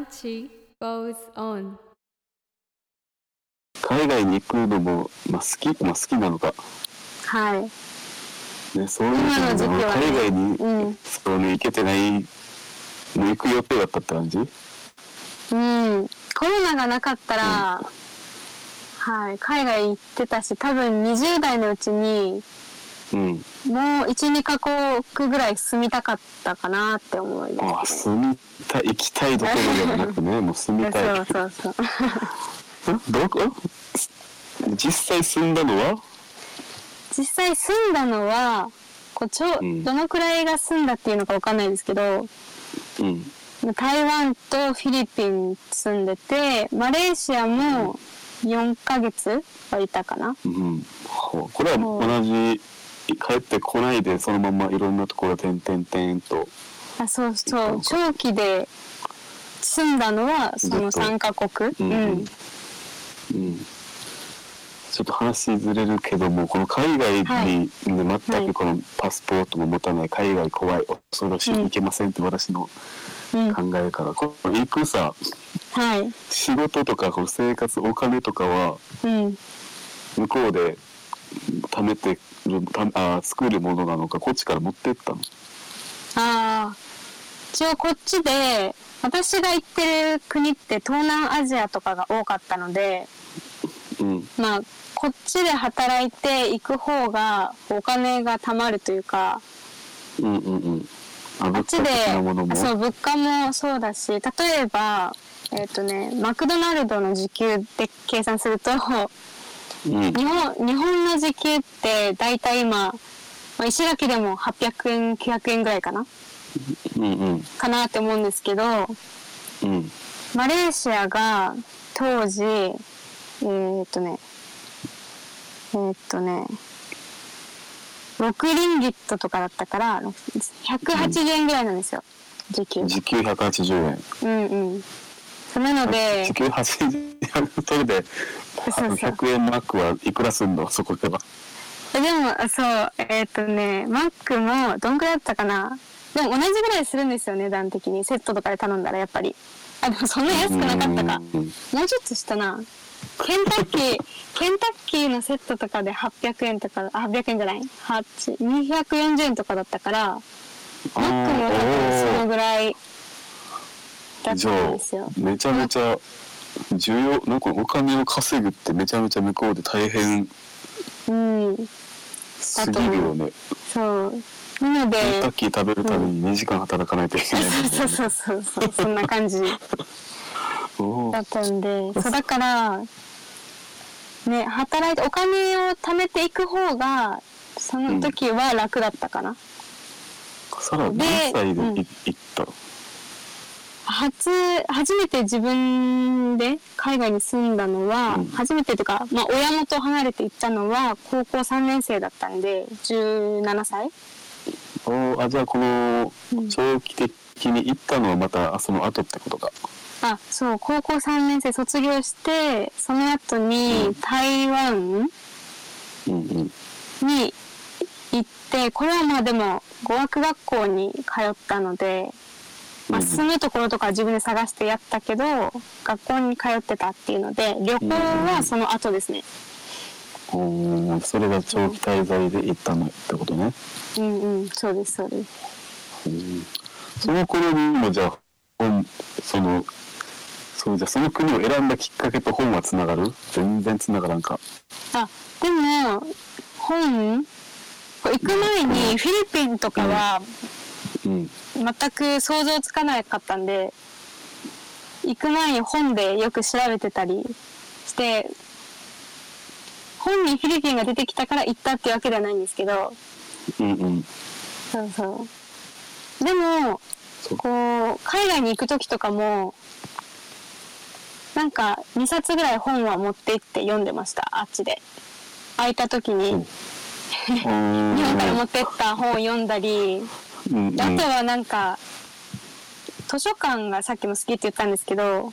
Lunch goes on. 海外に行くのも、好きなのか。 はい。 ね、そういうので、ね、海外に、行けてない、もう行く予定だったって感じ？ コロナがなかったら、はい、海外行ってたし、多分20代のうちに、もう1、2カ国ぐらい住みたかったかなって思います、 ね。行きたいどころではなくね、もう住みたい。そう。どこ？実際住んだのはどのくらいが住んだっていうのか分かんないですけど、台湾とフィリピン住んでて、マレーシアも4ヶ月はいたかな。 これは同じ帰ってこないでそのままいろんなところ点々と。 そう長期で住んだのはその3カ国。 ちょっと話ずれるけども、この海外に、全くこのパスポートも持たない、海外怖い恐ろしい、行けませんって私の考えから、この行くさ、仕事とかこの生活お金とかは、向こうで貯めて作るものなのか、こっちから持ってったの？ 一応こっちで私が行ってる国って東南アジアとかが多かったので、こっちで働いて行く方がお金が貯まるというか、あっちで物価もそうだし、例えばマクドナルドの時給で計算すると、日本の時給ってだいたい今、石垣でも800円900円ぐらいかな、かなって思うんですけど、マレーシアが当時6リンギットとかだったから180円ぐらいなんですよ、時給 180円。 なので時給80円、それで100円マックはいくらすんの、そこでは。 でもマックもどんくらいだったかな。でも同じぐらいするんですよ、値段的に。セットとかで頼んだらやっぱり。でもそんな安くなかったか。もうちょっとしたな。ケンタッキーのセットとかで800円とか、800円じゃない、240円とかだったから、マックも多分そのぐらいだったんですよ。 めちゃめちゃなんかお金を稼ぐってめちゃめちゃ向こうで大変すぎるよね。 そう。なのでケンタッキー食べるために2時間働かないといけない、 そうそんな感じだったんで、だからね、働いてお金を貯めていく方がその時は楽だったかな。 さらに何歳で行ったの？ 初めて自分で海外に住んだのは、初めてというか、親元を離れて行ったのは高校3年生だったんで17歳。 じゃあこの長期的に行ったのはまたその後ってことか。 そう、高校3年生卒業してその後に台湾に行って、これはでも語学学校に通ったので、住むところとか自分で探してやったけど学校に通ってたっていうので、旅行はその後ですね。 それが長期滞在で行ったのってことね。 そうです。 その頃にもじゃあその国を選んだきっかけと本はつながる？全然つながらんか。 でも本行く前にフィリピンとかは全く想像つかなかったんで、行く前に本でよく調べてたりして、本にフィリピンが出てきたから行ったっていうわけではないんですけど、でも海外に行く時とかもなんか2冊ぐらい本は持って行って読んでました。あっちで空いた時に日本から持ってった本を読んだり、あとはなんか図書館がさっきも好きって言ったんですけど、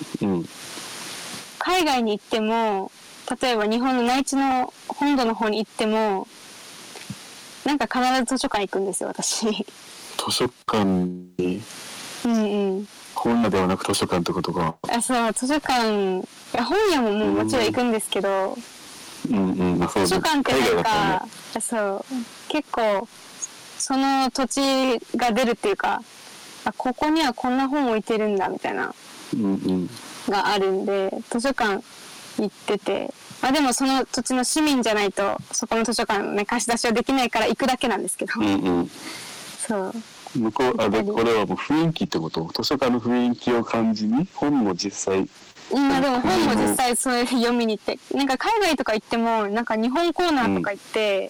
海外に行っても例えば日本の内地の本土の方に行ってもなんか必ず図書館行くんですよ、私。 図書館に本屋ではなく図書館ってことか。 そう図書館、本屋ももちろん行くんですけど、 そう図書館ってなんか、ね、そう結構その土地が出るっていうか、ここにはこんな本置いてるんだみたいながあるんで、図書館行ってて、でもその土地の市民じゃないとそこの図書館のね貸し出しはできないから行くだけなんですけど、そう向こうでこれはもう雰囲気ってこと？図書館の雰囲気を感じに本も実際でも本も実際そういう読みに行って、なんか海外とか行ってもなんか日本コーナーとか行って、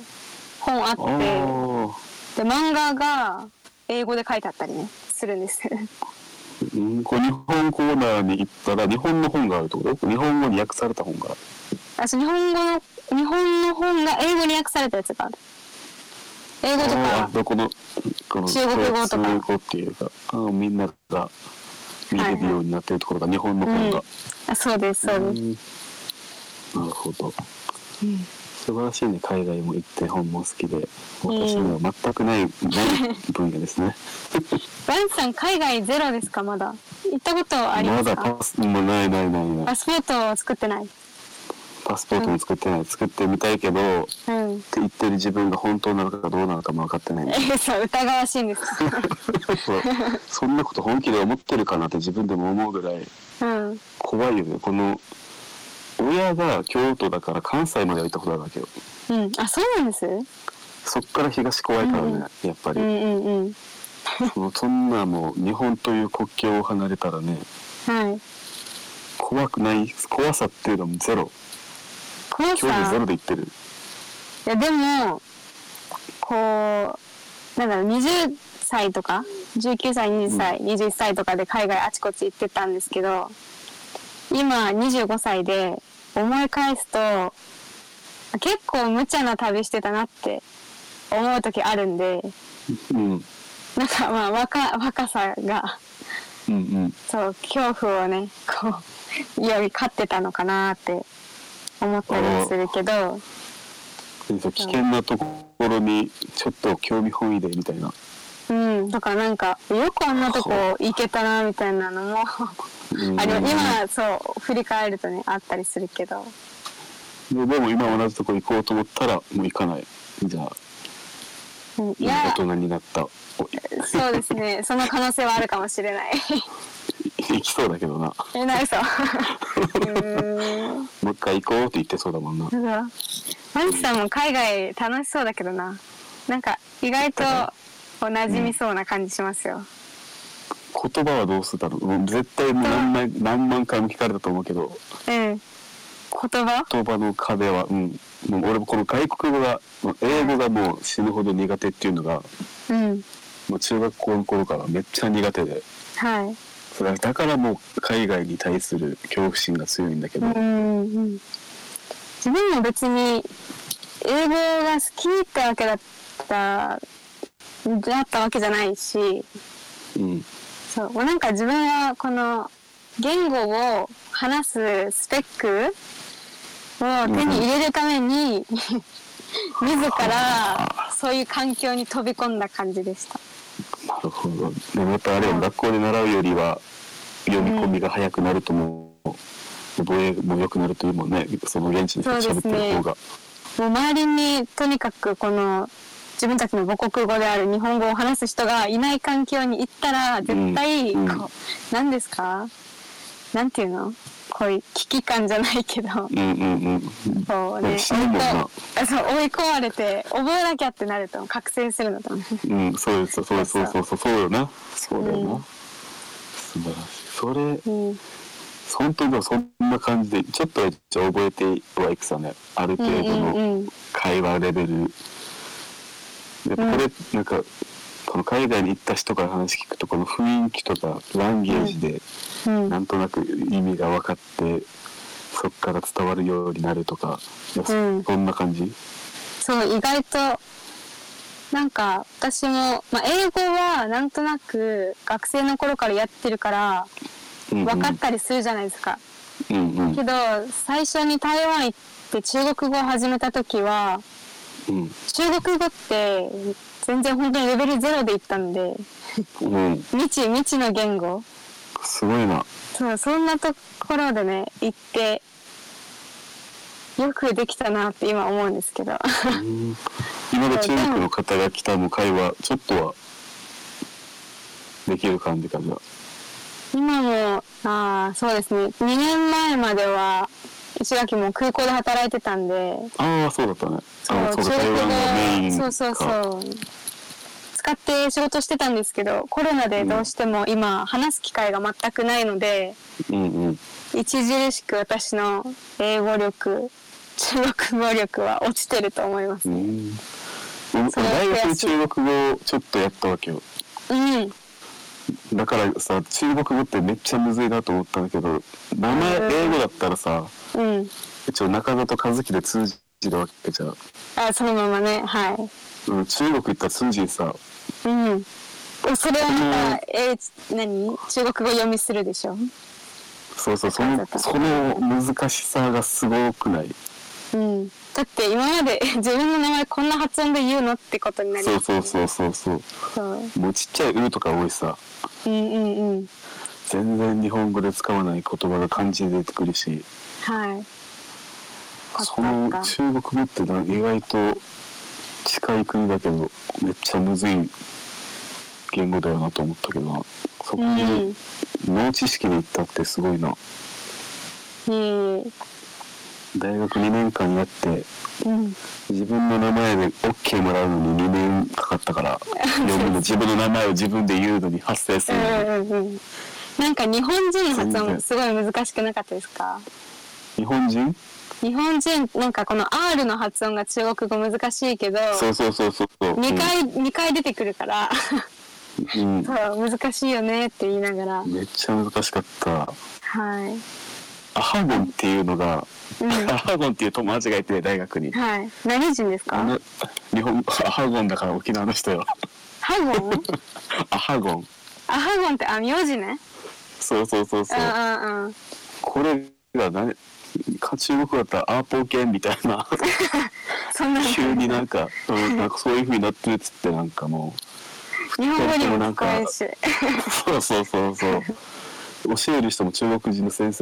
本あって、で漫画が英語で書いてあったりねするんですこう日本コーナーに行ったら日本の本があるってこと？日本語に訳された本が日本の本が英語に訳されたやつがある。英語とかこの中国語とか中国語っていうかみんなが見れるようになってるところが日本の本が、 そうですそうです、 なるほど、素晴らしいね。海外も行って本も好きで、私には全くない分野ですね。 バンさん海外ゼロですか？まだ行ったことありますか？ まだパスもないパスポートを作ってない。 パスポートも作ってない、作ってみたいけど、って言ってる自分が本当なのかどうなのかも分かってない、 そう疑わしいんですそんなこと本気で思ってるかなって自分でも思うぐらい怖いよね。この親が京都だから関西までは行ったことあるわけよ。 そうなんです。 そっから東怖いからね、やっぱり、そんなもう日本という国境を離れたらね、怖くない、怖さっていうのもゼロ。今日でゼロで言ってる。 いやでもこうなんだろう、20歳とか19歳20歳、21歳とかで海外あちこち行ってたんですけど、今25歳で思い返すと結構無茶な旅してたなって思う時あるんで、なんか若さが、そう恐怖をねこうより勝ってたのかなって思ったりするけど、 危険なところにちょっと興味本位でみたいな。 だからなんかよくあんなとこ行けたなみたいなのも今そう振り返るとねあったりするけど。 でも今同じとこ行こうと思ったらもう行かない。じゃあ、大人になった。 そうですね。その可能性はあるかもしれない。 行きそうだけどな。 ないそう。 もう一回行こうって言ってそうだもんな。 マリさんも海外楽しそうだけどな。なんか意外と馴染みそうな感じしますよ。 言葉はどうするだろう。もう絶対何万回も聞かれたと思うけど。言葉の壁は、もう俺もこの外国語が、英語がもう死ぬほど苦手っていうのが、もう中学校の頃からめっちゃ苦手で。それだからもう海外に対する恐怖心が強いんだけど。 自分も別に英語が好きってわけだったわけじゃないし、そうなんか自分はこの言語を話すスペックを手に入れるために、自らそういう環境に飛び込んだ感じでした。 なるほど。でもやっぱあれは学校で習うよりは読み込みが早くなると思う。覚えも良くなるというもんね。その現地に喋ってる方が。 もう周りにとにかくこの自分たちの母国語である日本語を話す人がいない環境に行ったら絶対何ですか？なんていうの？こういう危機感じゃないけど、そうね、追い込まれて覚えなきゃってなると覚醒するのと思う。そうですそうよな。そうだよな。素晴らしい。それ、本当にそんな感じでちょっと覚えてはいくさね。ある程度の会話レベル。でこれなんかこの海外に行った人から話聞くとこの雰囲気とかランゲージでなんとなく意味が分かってそっから伝わるようになるとか、そんな感じ？ そう意外となんか私も、英語はなんとなく学生の頃からやってるから分かったりするじゃないですか。けど最初に台湾行って中国語を始めた時は、中国語って全然本当にレベル0で行ったんで、未知の言語すごいな。 そう、そんなところでね行ってよくできたなって今思うんですけど今の中国の方が来たの会話ちょっとはできる感じかじゃあ。 今もそうですね、2年前までは石垣も空港で働いてたんで。 ああ、そうだったね。 そう中国語そう使って仕事してたんですけど、コロナでどうしても今話す機会が全くないので、著しく私の英語力、中国語力は落ちてると思いますね。 大学で中国語をちょっとやったわけよ。だからさ、中国語ってめっちゃむずいなと思ったんだけど、名前英語だったらさ、一応中里和樹で通じるわけじゃん。 そのままね、はい。 中国行ったら通じんさ。 それはまた、中国語読みするでしょ。 そう、その難しさがすごくない？ だって今まで自分の名前こんな発音で言うのってことになります、ね。そうもうちっちゃい「う」とか多いさ。全然日本語で使わない言葉が漢字で出てくるし。その中国語って意外と近い国だけどめっちゃむずい言語だよなと思ったけどな。そこに脳知識で行ったってすごいな。大学2年間やって、自分の名前で OK もらうのに2年かかったから読むの自分の名前を自分で言うのに発声するのに、 なんか日本人の発音すごい難しくなかったですか？ 日本人なんかこの R の発音が中国語難しいけど、 そう 2回出てくるからそう難しいよねって言いながら。 めっちゃ難しかった。アハゴンっていうのが、アハゴンっていう友達がいて大学に。 何人ですか？ 日本アハゴンだから沖縄の人よ。 アハゴンアハゴンって名字ね。 そうこれが中国だったらアーポーケンみたいな急になんかそういう風になってるっつって、なんかもう日本語にも使えるしそう教える人も中国人の先生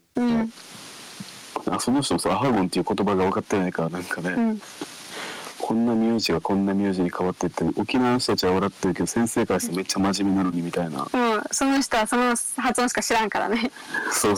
その人もさ、アハゴンっていう言葉が分かってないからなんかね、こんな名字がこんな名字に変わってって、沖縄の人たちは笑ってるけど先生からしてめっちゃ真面目なのにみたいな。 その人はその発音しか知らんからね。 そう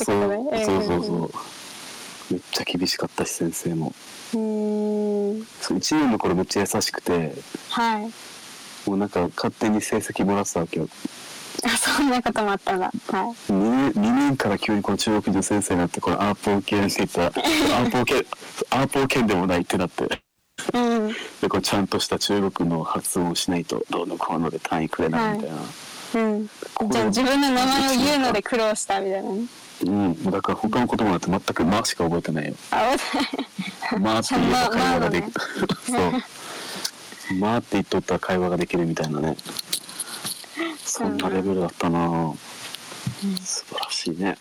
めっちゃ厳しかったし先生も。1年の頃めっちゃ優しくて、もうなんか勝手に成績もらってたわけよ。 そんなこともあったんだ。 2年から急にこの中国人先生になって、このアーポーケンって言ったらアーポーケンでもないってなって、でこれちゃんとした中国の発音をしないとどうのこうので単位くれないみたいな。 じゃあ自分の名前を言うので苦労したみたいなね。 だから他の言葉なんて全く「ま」しか覚えてないよ。「ま」って言えば会話ができる。そう「ま」って言っとったら会話ができるみたいなね。そんなレベルだったな。素晴らしいね。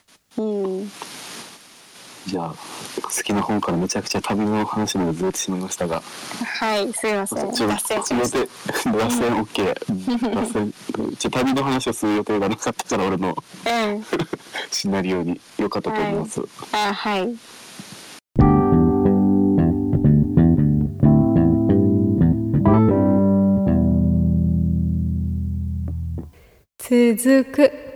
じゃあ好きな本からめちゃくちゃ旅の話までずれてしまいましたが、 すいません、脱線しました。 脱線 OK。旅の話をする予定がなかったから俺のシナリオに良かったと思います。 続く。